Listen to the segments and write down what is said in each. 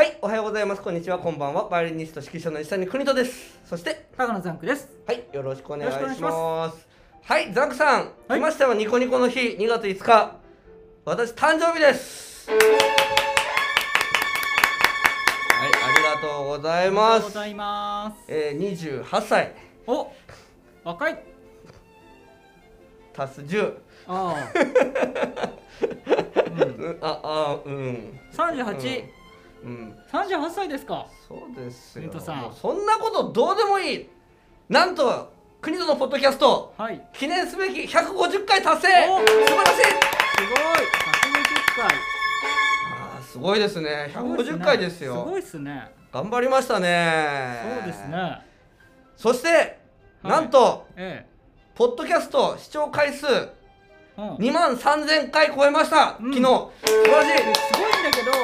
はい、おはようございます。こんにちは、こんばんは。バイオリニスト指揮者の石谷邦人です。そして高野ザンクです。 はい、よろしくお願いしよろしくお願まいしす。はい、ザンクさん、来ましたよ、ニコニコの日、2月5日。私、誕生日です。はい、ありがとうございます。28歳。 お、若い。 足す10。 ああ。 うん。 38。38歳ですか。 そうですよ。 邦人さん、 もうそんなことどうでもいい。なんと国とのポッドキャスト、 はい、 記念すべき150回達成。素晴らしい。 すごい。150回。 すごいですね。150回ですよ。 すごいですね。 頑張りましたね。 そうですね。 そして、なんと、ポッドキャスト視聴回数2万3000回超えました。昨日。素晴らしい。 すごいんだけど、2万3000回って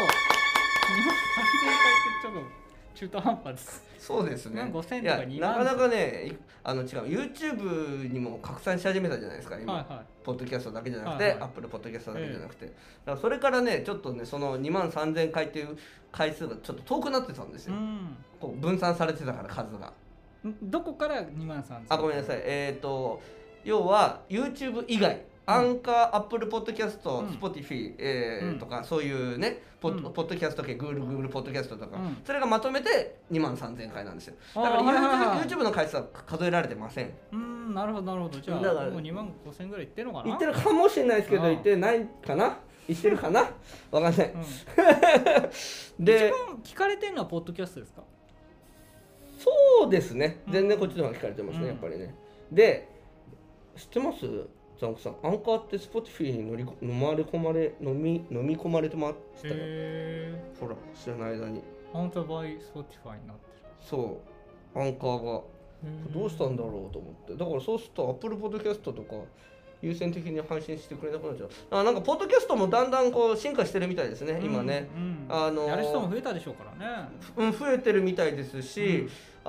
ちょっと中途半端です。 そうですね。 5000とか2万。 なかなかね、違う、YouTube にも拡散し始めたじゃないですか、今。ポッドキャストだけじゃなくて、Apple ポッドキャストだけじゃなくて。だからそれからね、ちょっとね、その2万3000回っていう回数がちょっと遠くなってたんですよ。こう分散されてたから、数が。 どこから2万3000？ あ、ごめんなさい。要は YouTube 以外、アンカー、アップルポッドキャスト、スポティフィとか、そういうね、ポッドキャスト系、Google ポッドキャストとか、それがまとめて2万3000回なんですよ。だから YouTube の回数は数えられてません。 なるほどなるほど。じゃあもう2万5000ぐらいいってるのかな。 いってるかもしれないですけど、いってないかな。いってるかな。わかんない。 で、一番聞かれてるのはポッドキャストですか。 そうですね。全然こっちの方が聞かれてますね、やっぱりね。で、知ってます？ザンクさん、アンカーってスポティフィに飲み込まれてましたよ。ほら、知らない間に。 アンカーバイスポティファイになってる。 そう、アンカーがどうしたんだろうと思って。だからそうするとアップルポッドキャストとか優先的に配信してくれなくなっちゃう。なんかポッドキャストもだんだんこう進化してるみたいですね、今ね。 やる人も増えたでしょうからね。 増えてるみたいですし、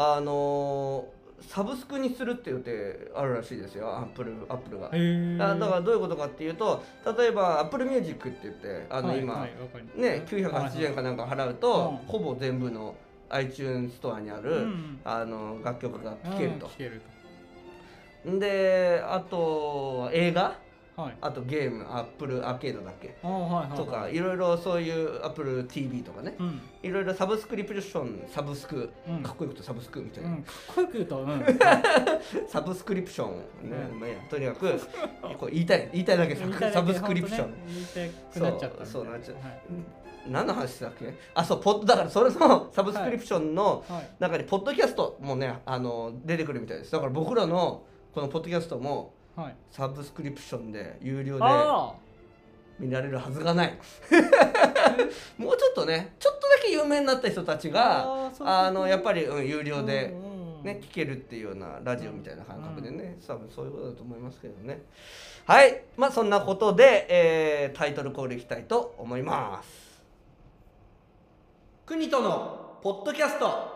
サブスクにするって予定あるらしいですよ、アップルが。だからどういうことかっていうと、例えば Apple Music って言って今ね980円かなんか払うとほぼ全部の iTunes ストアにある楽曲が聴けると。で、あと映画、あとゲーム、アップルアーケードだっけとか、いろいろそういうアップル TV とかね、いろいろサブスクリプション、サブスク、かっこよくとサブスクみたいな、かっこよく言うとサブスクリプションね、とにかく言いたいだけサブスクリプション、 言いたくなっちゃった。 そうなっちゃう。何の話だっけ？だからそれのサブスクリプションの中にポッドキャストもね出てくるみたいです。だから僕らのこのポッドキャストもサブスクリプションで有料で見られるはずがない。もうちょっとね、ちょっとだけ有名になった人たちがやっぱり有料でね聞けるっていうようなラジオみたいな感覚でね、多分そういうことだと思いますけどね。はい、まあそんなことで、タイトルコールいきたいと思います。国とのポッドキャスト。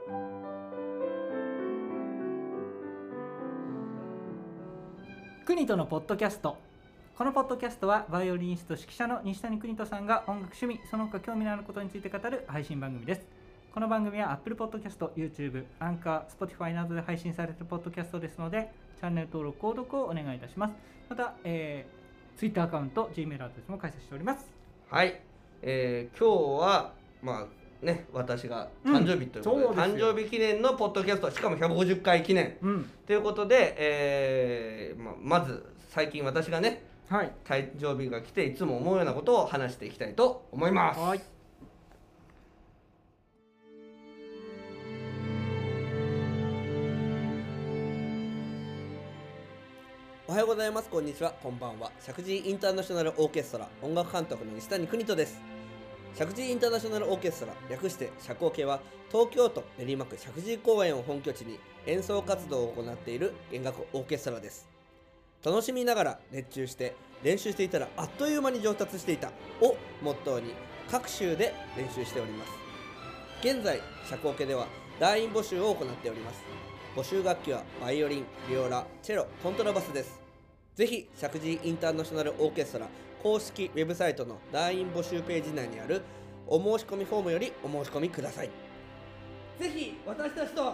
国とのポッドキャスト。このポッドキャストはバイオリニスト指揮者の西谷邦人さんが音楽趣味その他興味のあることについて語る配信番組です。この番組は Apple Podcast、YouTube、アンカー、Spotify などで配信されているポッドキャストですので、チャンネル登録、購読をお願いいたします。また、Twitter アカウント、Gmail アドレスも開設しております。 はい、今日はまあね、私が誕生日ということで、誕生日記念のポッドキャスト、しかも150回記念、ということで、まず最近私がね、誕生日が来ていつも思うようなことを話していきたいと思います。おはようございます。こんにちは。こんばんは。石神井インターナショナルオーケストラ音楽監督の西谷邦人です。石神井インターナショナルオーケストラ、略して社交系は、東京都練馬区石神井公園を本拠地に演奏活動を行っている弦楽オーケストラです。楽しみながら熱中して練習していたらあっという間に上達していたをモットーに各州で練習しております。現在、社交系では団員募集を行っております。募集楽器はバイオリン、ビオラ、チェロ、コントラバスです。ぜひ石神井インターナショナルオーケストラ公式ウェブサイトの団員募集ページ内にあるお申し込みフォームよりお申し込みください。ぜひ私たちと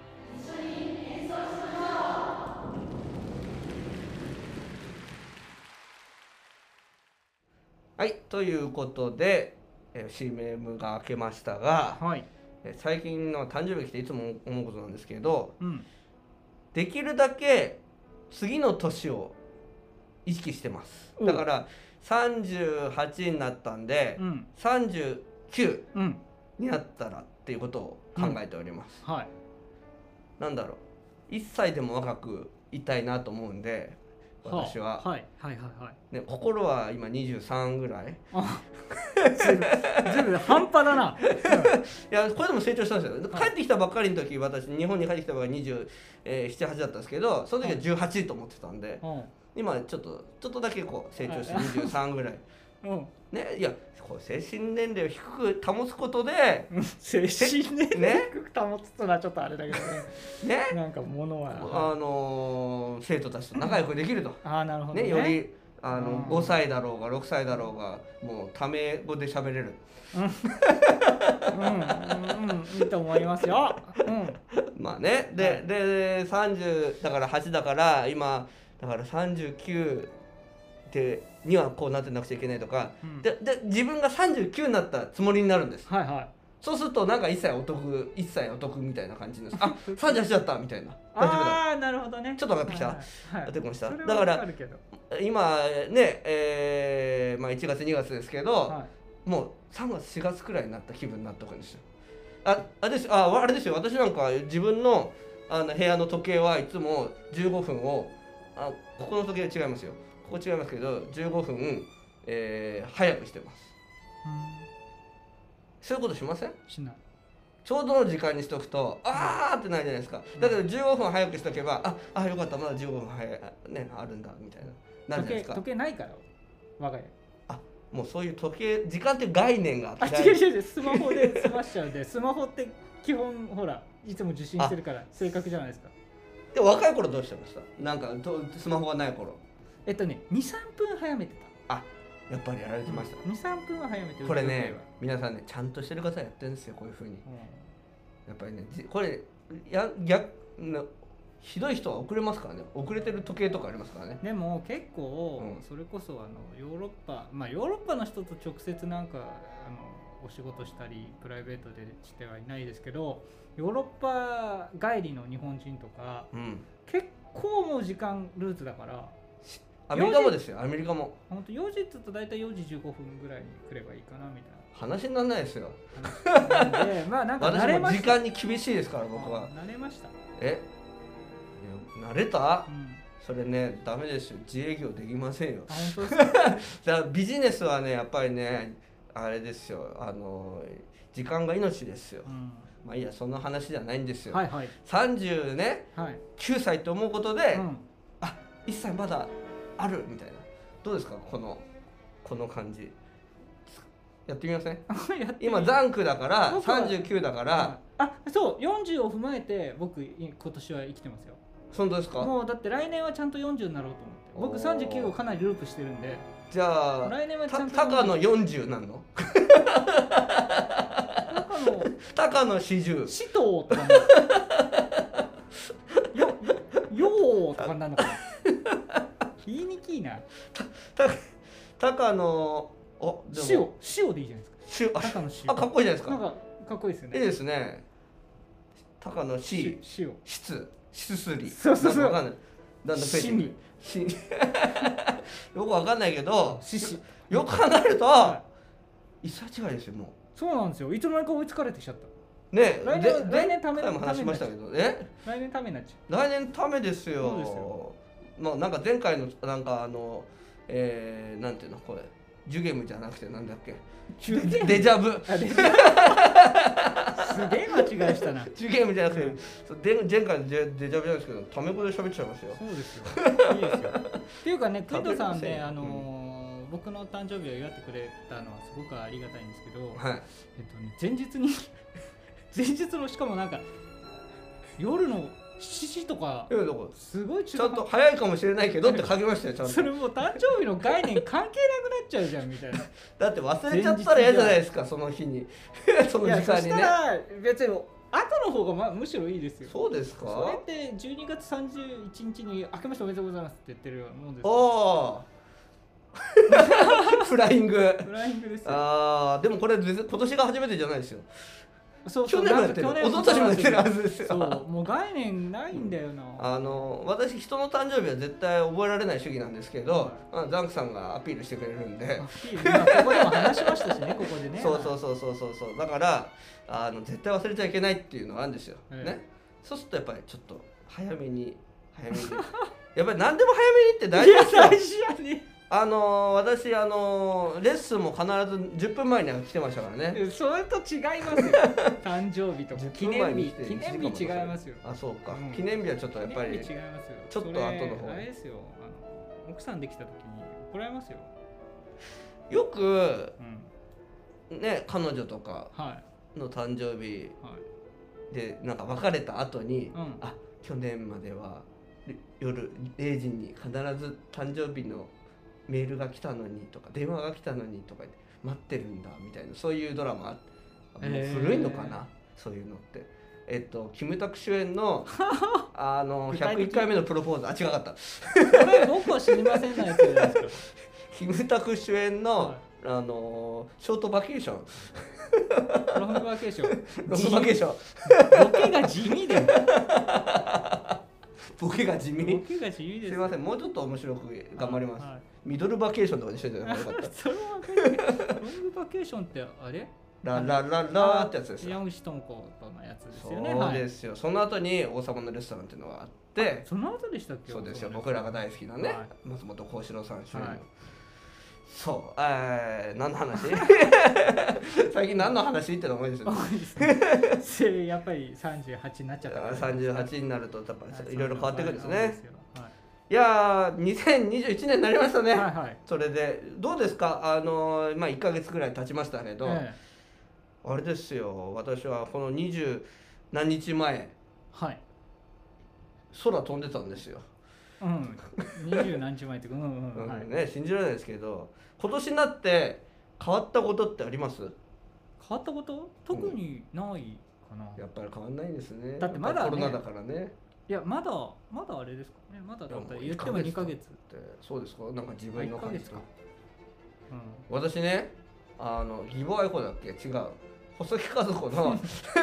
はい、ということで、CM が明けましたが、 はい、 最近の誕生日来ていつも思うことなんですけど、 うん、 できるだけ次の年を意識してます。だから38になったんで、 うん、 39 うん、 になったらっていうことを考えております、 はい、 なんだろう、1歳でも若くいたいなと思うんで、私は、 はいはいはいはい、 ね、心は今23ぐらい。 あ全部半端だな。 いやこれでも成長したんですよ、 はい帰ってきたばっかりの時、私日本に帰ってきたばっかり27、8だったんですけど、その時は18と思ってたんで、 うん今ちょっとだけこう成長して23ぐらいうんね。いやこう精神年齢を低く保つことで精神年齢ね低く保つとのはちょっとあれだけどね。 ねなんか物は生徒たちと仲良くできると、 ああなるほどね。 よりうん 5歳だろうが6歳だろうがもうタメ語で喋れる。 いいと思いますよ。 まあね、で30だから8だから今だから39にはこうなってなくちゃいけないとか、で自分が39になったつもりになるんです。 はいはい。 そうするとなんか1歳お得みたいな感じです。あ、38だったみたいな。大丈夫だ。 ああなるほどね。 ちょっと上がってきた。 はいやってきました。 それはだからわかるけど今ね、まあ1月2月ですけど、 はもう3月4月くらいになった気分になっておくんですよ。あれですよ。私なんか自分の部屋の時計はいつも15分をここの時計は違いますよ。ここ違いますけど15分、早くしてます。そういうことしません？ しない。 ちょうどの時間にしとくとあーってなるじゃないですか。だけど15分早くしとけばよかった、まだ15分早いねあるんだみたいななるじゃないですか。 時計ないから我が家。 もうそういう時間っていう概念が違うスマホで済ましちゃうんでスマホって基本ほらいつも受信してるから正確じゃないですか。 で若い頃どうしてました？なんかスマホがない頃。 2、3分早めてた。 やっぱりやられてました。 2、3分は早めてる。 これね、皆さんねちゃんとしてる方やってるんですよ、こういう風に。やっぱりねこれひどい人は遅れますからね。遅れてる時計とかありますからね。 でも結構、それこそヨーロッパの人と直接なんかお仕事したりプライベートでしてはいないですけど、ヨーロッパ帰りの日本人とか、結構もう時間ルーツだから。 アメリカもですよ。アメリカも本当4時ってと大体4時15分ぐらいに来ればいいかなみたいな話にならないですよ。 でまあなんか慣私れました。 も時間に厳しいですから僕は。 慣れました。 慣れた？それねダメですよ。自営業できませんよ。 本当ですか？ だからビジネスはねやっぱりねあれですよ。時間が命ですよ。まあいいや、その話じゃないんですよ。30ね、9歳と思うことで、1歳まだあるみたいな。どうですかこの感じ。やってみません？今残苦だから39だから。 そう40を踏まえて僕今年は生きてますよ。 本当ですか？もうだって来年はちゃんと40になろうと思って。僕39をかなりループしてるんで。 じゃあ来年はちゃんと高野40なんの？高野40。 死闘とかよーとかになるのかな。言いにくいな。 高野塩でいいじゃないですか。高野塩。 かっこいいじゃないですか。 なんかかっこいいですよね。 いいですね。高野塩。 質すり。 そう。 わかんない。だんだん増えてくる。よくわかんないけど、よく考えると1歳違いですよもう。 そうなんですよ。いつの間にか追いつかれてきちゃった。 ね、 来年ためも話しましたけど、 来年ためになっちゃう。来年ためですよ。まあなんか前回のなんかなんていうのこれジュゲムじゃなくてなんだっけ。デジャブ。 すげえ間違いしたな。 ジュゲムじゃなくて、前回のデジャブじゃないですけど、タメ語で喋っちゃいますよ。 そうですよ。いいですよ。っていうかね、クイドさんね、僕の誕生日を祝ってくれたのはすごくありがたいんですけど、前日のしかもなんか夜の 7とかいやだからすごいちゃんと早いかもしれないけどって書きましたよちゃんと。 それもう誕生日の概念関係なくなっちゃうじゃんみたいな。 だって忘れちゃったら嫌じゃないですかその日にその時間にね。 いやそしたら別に後の方がむしろいいですよ。 そうですか。 それって12月31日に明けましておめでとうございますって言ってるようなもんですああフライングフライングですよ。 ああでもこれ今年が初めてじゃないですよ。 そう去年もやってる、一昨年もやってるはずですよ。 そうもう概念ないんだよな。 私人の誕生日は絶対覚えられない主義なんですけど、ザンクさんがアピールしてくれるんで、 アピール今ここでも話しましたしねここでね。 そうだから絶対忘れちゃいけないっていうのがあるんですよ、ね。そうするとやっぱりちょっと早めにやっぱり何でも早めにって大事ですよ。 大事やね。 私レッスンも必ず10分前には来てましたからね。 それと違いますよ誕生日と記念日違いますよ。 あそうか、記念日はちょっとやっぱり違いますよ。 ちょっと後の方あれですよ奥さんできた時に怒られますよ。 よく、ね彼女とかの誕生日でなんか別れた後に、去年までは夜0時に必ず誕生日のメールが来たのにとか電話が来たのにとか言って待ってるんだみたいなそういうドラマもう古いのかな、そういうのって。キムタク主演の101回目のプロポーズ違かった。 これ僕は知りませんないやつじゃないですか。 キムタク主演の、ショートバケーションロングバケーションロングバケーションボケが地味でボケが地味です。 すいませんもうちょっと面白く頑張ります。ミドルバケーションとかにしといてよかった。 それは分かる。ロングバケーションってあれララララってやつですよ。 山口智子とのやつですよね。 そうですよ。その後に王様のレストランっていうのがあって、 その後でしたっけ。 そうですよ。僕らが大好きなね、松本幸四郎さん主演の。そう、何の話最近何の話っての多いですよね。 やっぱり38になっちゃったから、 38になるとやっぱいろいろ変わってくるんですね。いやー2021年になりましたね。それでどうですか1ヶ月ぐらい経ちましたけど、あれですよ私はこの20何日前、空飛んでたんですよ。 20何日前ってね信じられないですけど今年になって変わったことってあります？ 変わったこと特にないかな。 やっぱり変わんないですね。 だってまだコロナだからね。 いやまだあれですかね。まだだったら言っても2ヶ月って。 そうですか。なんか自分の感じか。 私ね義母愛子だっけ違う細木和子の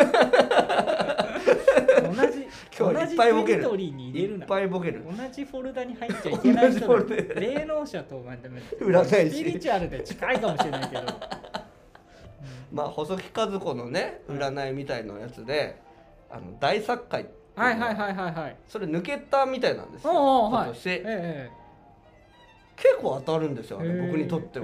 同じテリトリーに入れるな。 いっぱいボケる。 同じフォルダに入っちゃいけない人だ。霊能者と占い師スピリチュアルで近いかもしれないけどまあ細木和子のね占いみたいなやつで大作会それ抜けたみたいなんですよ今年。結構当たるんですよ僕にとっては。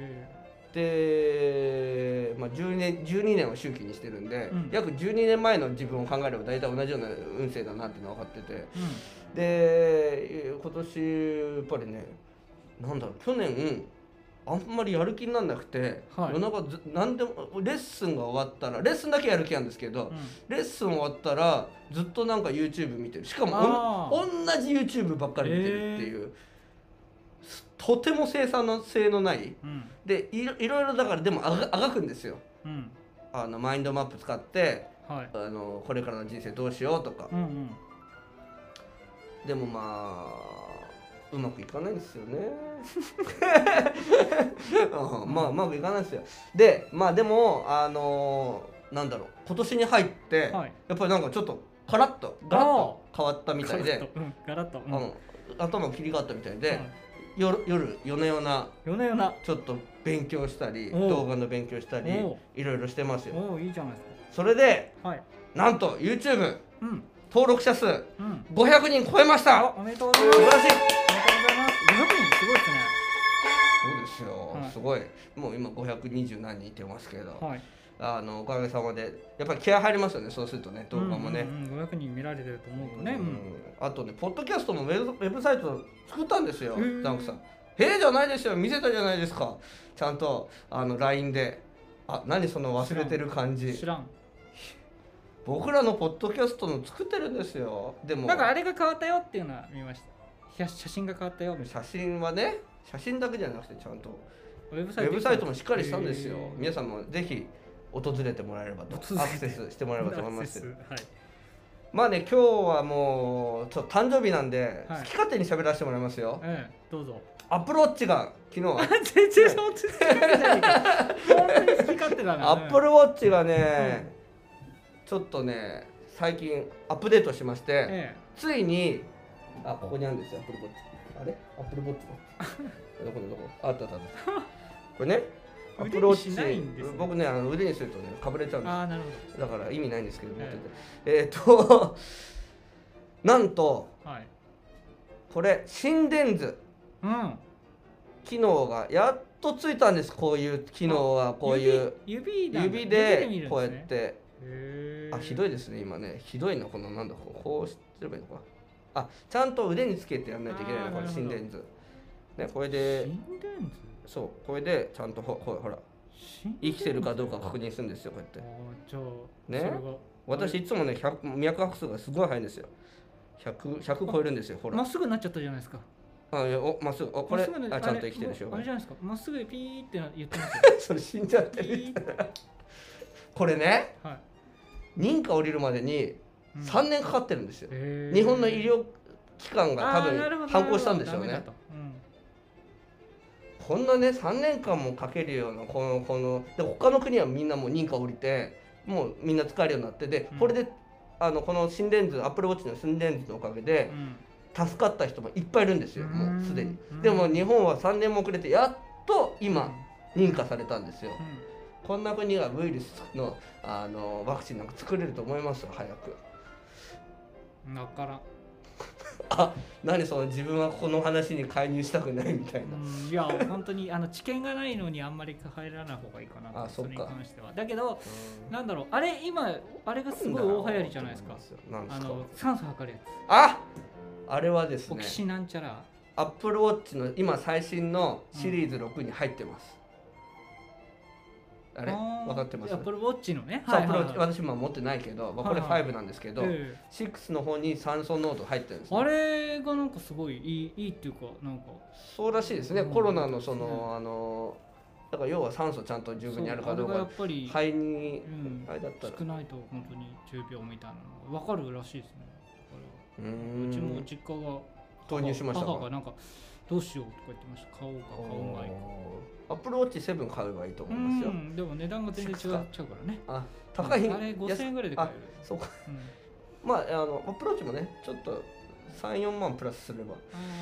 で、12年を周期にしてるんで、約12年前の自分を考えれば大体同じような運勢だなっていうのは分かってて、で今年やっぱりね去年あんまりやる気にならなくて、夜中何でもレッスンが終わったらレッスンだけやる気なんですけど、レッスン終わったらずっとなんか YouTube 見てる。しかも同じ YouTube ばっかり見てるっていう。とても生産性のない、でいろいろだからでもあがくんですよ、マインドマップ使って、これからの人生どうしようとか、でもうまくいかないんですよねうまくいかないですよ。ででも今年に入って、やっぱりなんかちょっとガラッと変わったみたいで、頭切り替わったみたいで、夜な夜なちょっと勉強したり動画の勉強したりいろいろしてますよ。 いいじゃないですか。 それで、なんと YouTube、登録者数、500人超えました。 おめでとうございます。 素晴らしい。 おめでとうございます。500人すごいですね。 そうですよ、すごい。もう今520何人いてますけど、おかげさまでやっぱり気合入りますよね。そうするとね動画もね、 500人見られてると思うとね。 あとねポッドキャストのウェブサイト作ったんですよダンクさん。じゃないですよ、見せたじゃないですかちゃんとLINE で。何その忘れてる感じ。 知らん。 僕らのポッドキャストの作ってるんですよ。でもなんかあれが変わったよっていうのは見ました。写真が変わったよみたいな。 写真はね、写真だけじゃなくてちゃんとウェブウェブサイトもしっかりしたんですよ。 へー皆さんもぜひ訪れてもらえればと、アクセスしてもらえればと思います。 はい。 まあね、今日はもうちょっと誕生日なんで、 はい好き勝手に喋らせてもらいますよ。 どうぞ。 アップルウォッチが昨日全然そんな好き勝手じゃねえか。本当に好き勝手だな。 アップルウォッチがね、ちょっとね最近アップデートしまして、ついにここにあるんですよ、アップルウォッチ。あれアップルウォッチのどこあったこれね、アップルウォッチ、 腕にしないんですね。 僕ね腕にするとねかぶれちゃうんです。 なるほだから意味ないんですけど、持っててなんと、これ心電図機能がやっとついたんです。こういう機能はこういう指でこうやって、ひどいですね今ね、ひどいな。このなんだこうしてればいいのか、ちゃんと腕につけてやんないといけないな、これ心電図ね。これでそう、これでちゃんとほら生きてるかどうか確認するんですよ、こうやってね。私いつもね脈拍数がすごい速いんですよ。100超えるんですよ。ほらまっすぐになっちゃったじゃないですか。 まっすぐ、これちゃんと生きてるでしょ。 あれじゃないですか、まっすぐピーって言ってますよ。 それ死んじゃってる。これね、認可降りるまでに3年かかってるんですよ。日本の医療機関が多分反抗したんでしょうね。こんなね3年間もかけるようなこので、他の国はみんなもう認可降りてもうみんな使えるようになってで、これでこの心電図、アップルウォッチの心電図のおかげで助かった人もいっぱいいるんですよ、もうすでに。でも日本は3年も遅れてやっと今認可されたんですよ。こんな国がウイルスのワクチンなんか作れると思いますよ、早く。 だから何その自分はこの話に介入したくないみたいな。 いや本当に知見がないのにあんまり入らない方がいいかな。それに関しては。だけどなんだろう、あれ今あれがすごい大流行りじゃないですか。酸素測るやつ。 あれはですね、 オキシなんちゃら。 アップルウォッチの今最新のシリーズ6に入ってます。あれ分かってます？ アップルウォッチのね。 私も持ってないけど、これ5なんですけど、6の方に酸素濃度入ってるんです。 あれがなんかすごいいいっていうか、なんかそうらしいですね。コロナのだから要は酸素ちゃんと十分にあるかどうか、肺にあれだったら少ないと本当に重病みたいなのが分かるらしいですね。うちも実家が投入しましたか。 母がなんかどうしようとか言ってました。買おうか買う前か。 アップルウォッチ7買えばいいと思いますよ。 でも値段が全然違っちゃうからね。 高い。 あれ5000円ぐらいで買える。 そうか。まあアップルウォッチもね、ちょっと3、4万プラスすれば。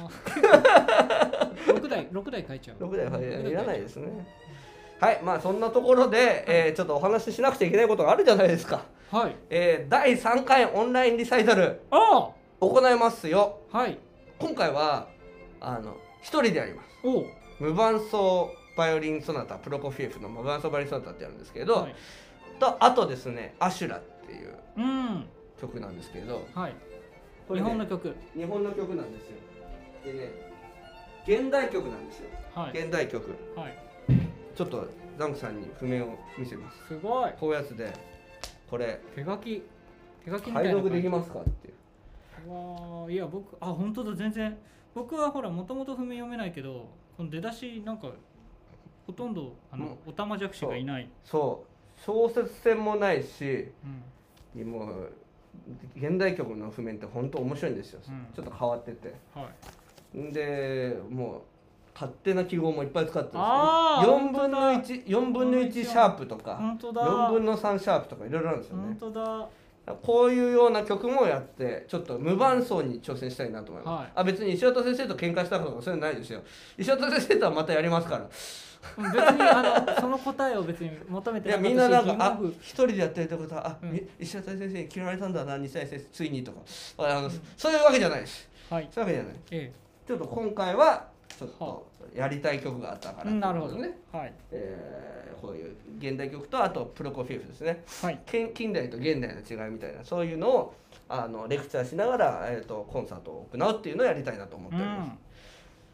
6台買えちゃう。 6台いらないですね。はい、まあそんなところでちょっとお話ししなくちゃいけないことがあるじゃないですか。 はい。 第3回オンラインリサイタル行いますよ。 はい。 今回は一人でやります。無伴奏バイオリンソナタ、プロコフィエフの無伴奏バイオリンソナタってやるんですけど、あとですね、アシュラっていう曲なんですけど、 日本の曲なんですよ。でね、現代曲なんですよ。現代曲。ちょっとザンクさんに譜面を見せます。 すごい。 こういうやつで、これ手書きみたいな。 解読できますかっていう。 いや僕本当だ、全然僕はほらもともと譜面読めないけど、この出だしなんかほとんどおたまじゃくしがいない。 そう小説線もないし、もう現代曲の譜面って本当面白いんですよ。ちょっと変わってて。でもう勝手な記号もいっぱい使ってるんですよ。4分の1シャープとか4分の3シャープとかいろいろあるんですよね。 本当だ。 こういうような曲もやってちょっと無伴奏に挑戦したいなと思います。別に石渡先生と喧嘩したとかそういうのないですよ。石渡先生とはまたやりますから。 別にその答えを別に求めてなかったし、みんななんか一人でやってるってことは石渡先生に嫌われたんだな、西谷先生ついにとかそういうわけじゃないです。そういうわけじゃない。ちょっと今回はちょっとやりたい曲があったからなるほどね。 こういう現代曲とあとプロコフィエフですね。近代と現代の違いみたいなそういうのをレクチャーしながらコンサートを行うっていうのをやりたいなと思っております。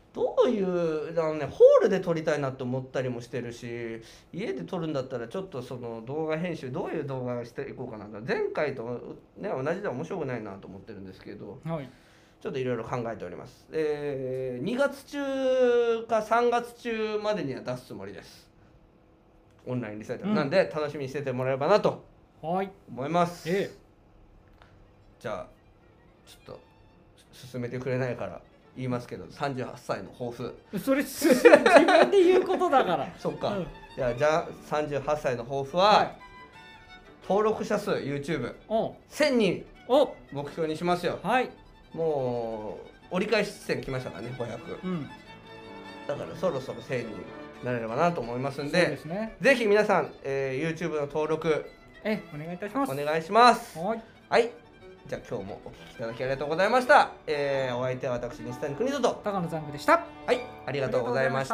どういうホールで撮りたいなと思ったりもしてるし、家で撮るんだったらちょっとその動画編集どういう動画していこうかなと、前回と、ね、同じでは面白くないなと思ってるんですけど、 はい、 ちょっといろいろ考えております。2月中か3月中までには出すつもりです。オンラインリサイタル、なんで楽しみにしててもらえればなと思います。じゃあちょっと進めてくれないから言いますけど、38歳の抱負。 それ自分で言うことだからそっか、じゃあ38歳の抱負は、登録者数 YouTube1000 人目標にしますよ。もう折り返し地点来ましたからね、500、だからそろそろ1000人になれればなと思いますんで、ぜひ皆さん、YouTube の登録お願いいたします。 お願いします。はい、じゃあ今日もお聞きいただきありがとうございました。お相手は私西谷邦人と高野ザングでした。 はい、ありがとうございました。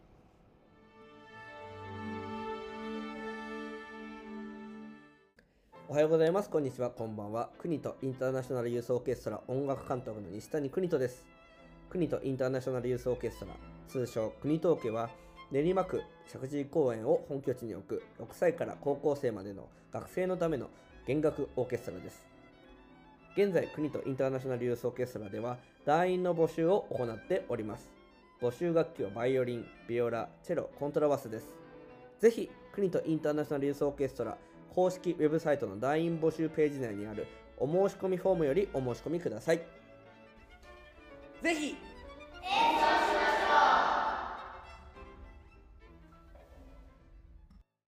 おはようございます。こんにちは。こんばんは。国とインターナショナルユースオーケストラ音楽監督の西谷邦人です。国とインターナショナルユースオーケストラ、通称国東家は、練馬区石神井公園を本拠地に置く6歳から高校生までの学生のための弦楽オーケストラです。現在、国とインターナショナルユースオーケストラでは団員の募集を行っております。募集楽器はバイオリン、ビオラ、チェロ、コントラバスです。ぜひ、国とインターナショナルユースオーケストラ公式ウェブサイトの団員募集ページ内にあるお申し込みフォームよりお申し込みください。ぜひ